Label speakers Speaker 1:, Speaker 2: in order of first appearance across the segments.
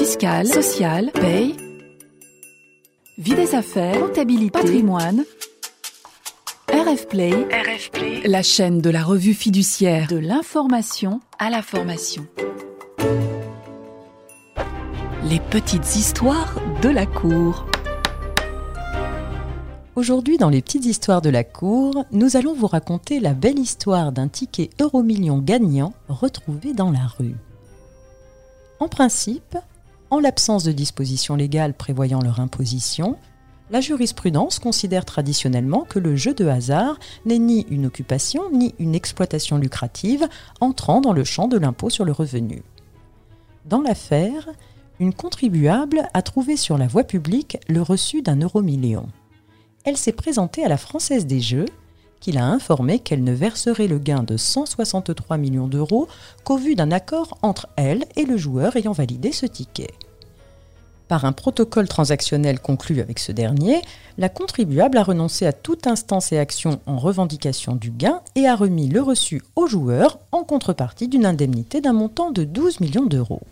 Speaker 1: fiscale, sociale, paye, vie des affaires, comptabilité, patrimoine. RF Play, la chaîne de la revue fiduciaire, de l'information à la formation. Les petites histoires de la cour.
Speaker 2: Aujourd'hui, dans les petites histoires de la cour, nous allons vous raconter la belle histoire d'un ticket Euromillions gagnant retrouvé dans la rue. En principe, en l'absence de dispositions légales prévoyant leur imposition, la jurisprudence considère traditionnellement que le jeu de hasard n'est ni une occupation ni une exploitation lucrative entrant dans le champ de l'impôt sur le revenu. Dans l'affaire, une contribuable a trouvé sur la voie publique le reçu d'un Euromillion. Elle s'est présentée à la Française des Jeux, qui l'a informée qu'elle ne verserait le gain de 163 millions d'euros qu'au vu d'un accord entre elle et le joueur ayant validé ce ticket. Par un protocole transactionnel conclu avec ce dernier, la contribuable a renoncé à toute instance et action en revendication du gain et a remis le reçu au joueur en contrepartie d'une indemnité d'un montant de 12 millions d'euros.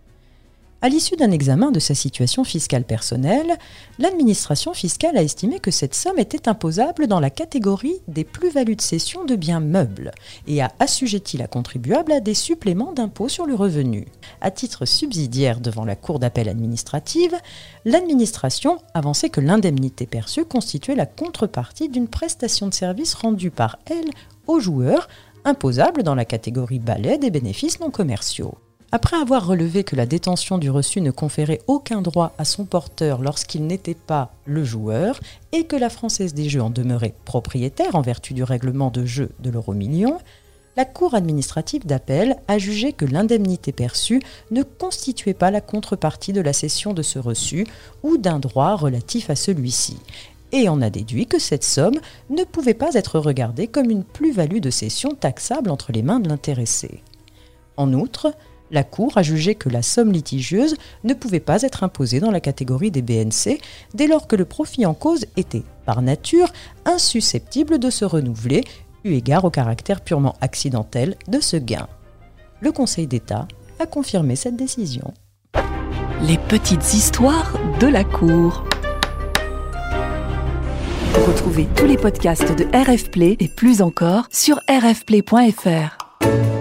Speaker 2: À l'issue d'un examen de sa situation fiscale personnelle, l'administration fiscale a estimé que cette somme était imposable dans la catégorie des plus-values de cession de biens meubles et a assujetti la contribuable à des suppléments d'impôt sur le revenu. À titre subsidiaire devant la Cour d'appel administrative, l'administration avançait que l'indemnité perçue constituait la contrepartie d'une prestation de service rendue par elle au joueur, imposable dans la catégorie balai des bénéfices non commerciaux. Après avoir relevé que la détention du reçu ne conférait aucun droit à son porteur lorsqu'il n'était pas le joueur et que la Française des Jeux en demeurait propriétaire en vertu du règlement de jeu de l'Euromillion, la Cour administrative d'appel a jugé que l'indemnité perçue ne constituait pas la contrepartie de la cession de ce reçu ou d'un droit relatif à celui-ci, et en a déduit que cette somme ne pouvait pas être regardée comme une plus-value de cession taxable entre les mains de l'intéressé. En outre, la Cour a jugé que la somme litigieuse ne pouvait pas être imposée dans la catégorie des BNC dès lors que le profit en cause était, par nature, insusceptible de se renouveler, eu égard au caractère purement accidentel de ce gain. Le Conseil d'État a confirmé cette décision.
Speaker 1: Les petites histoires de la cour. Retrouvez tous les podcasts de RF Play et plus encore sur rfplay.fr.